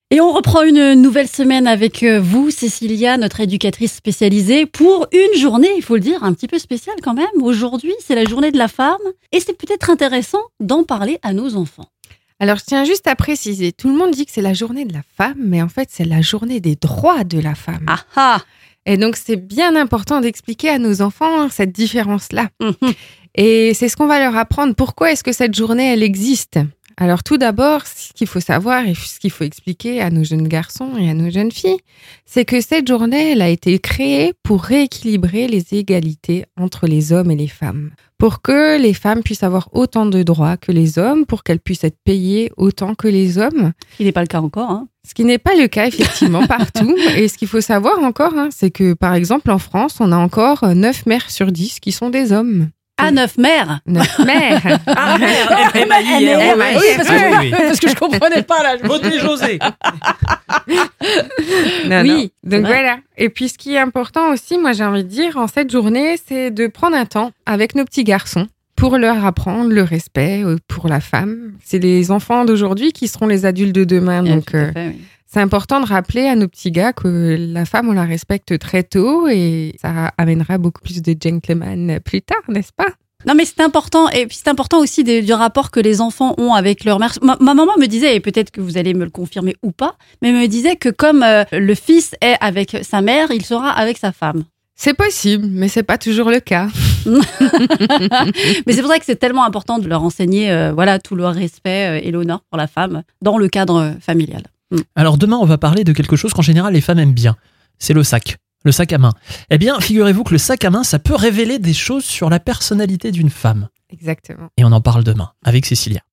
Et on reprend une nouvelle semaine avec vous, Cécilia, notre éducatrice spécialisée, pour une journée, il faut le dire, un petit peu spéciale quand même. Aujourd'hui, c'est la journée de la femme et c'est peut-être intéressant d'en parler à nos enfants. Alors, je tiens juste à préciser, tout le monde dit que c'est la journée de la femme, mais en fait, c'est la journée des droits de la femme. Ah ah. Et donc, c'est bien important d'expliquer à nos enfants cette différence-là. Et c'est ce qu'on va leur apprendre. Pourquoi est-ce que cette journée, elle existe ? Alors tout d'abord, ce qu'il faut savoir et ce qu'il faut expliquer à nos jeunes garçons et à nos jeunes filles, c'est que cette journée, elle a été créée pour rééquilibrer les égalités entre les hommes et les femmes. Pour que les femmes puissent avoir autant de droits que les hommes, pour qu'elles puissent être payées autant que les hommes. Ce qui n'est pas le cas encore. Hein. Ce qui n'est pas le cas effectivement partout. Et ce qu'il faut savoir encore, c'est que par exemple en France, on a encore 9 mères sur 10 qui sont des hommes. Ah, 9 mères. 9 mères. Ah, mère, Oui, parce que je comprenais pas là. Votez José. Non. Oui, Donc vrai. voilà. Et puis ce qui est important aussi, moi j'ai envie de dire, en cette journée, c'est de prendre un temps avec nos petits garçons pour leur apprendre le respect pour la femme. C'est les enfants d'aujourd'hui qui seront les adultes de demain. Donc Tout à fait, oui. c'est important de rappeler à nos petits gars que la femme, on la respecte très tôt et ça amènera beaucoup plus de gentlemen plus tard, n'est-ce pas ? Non, mais c'est important. Et puis, c'est important aussi du rapport que les enfants ont avec leur mère. Ma maman me disait, et peut-être que vous allez me le confirmer ou pas, mais me disait que comme le fils est avec sa mère, il sera avec sa femme. C'est possible, mais c'est pas toujours le cas. Mais c'est pour ça que c'est tellement important de leur enseigner tout le respect et l'honneur pour la femme dans le cadre familial. Alors demain, on va parler de quelque chose qu'en général les femmes aiment bien. C'est le sac à main. Eh bien, figurez-vous que le sac à main, ça peut révéler des choses sur la personnalité d'une femme. Exactement. Et on en parle demain avec Cécilia.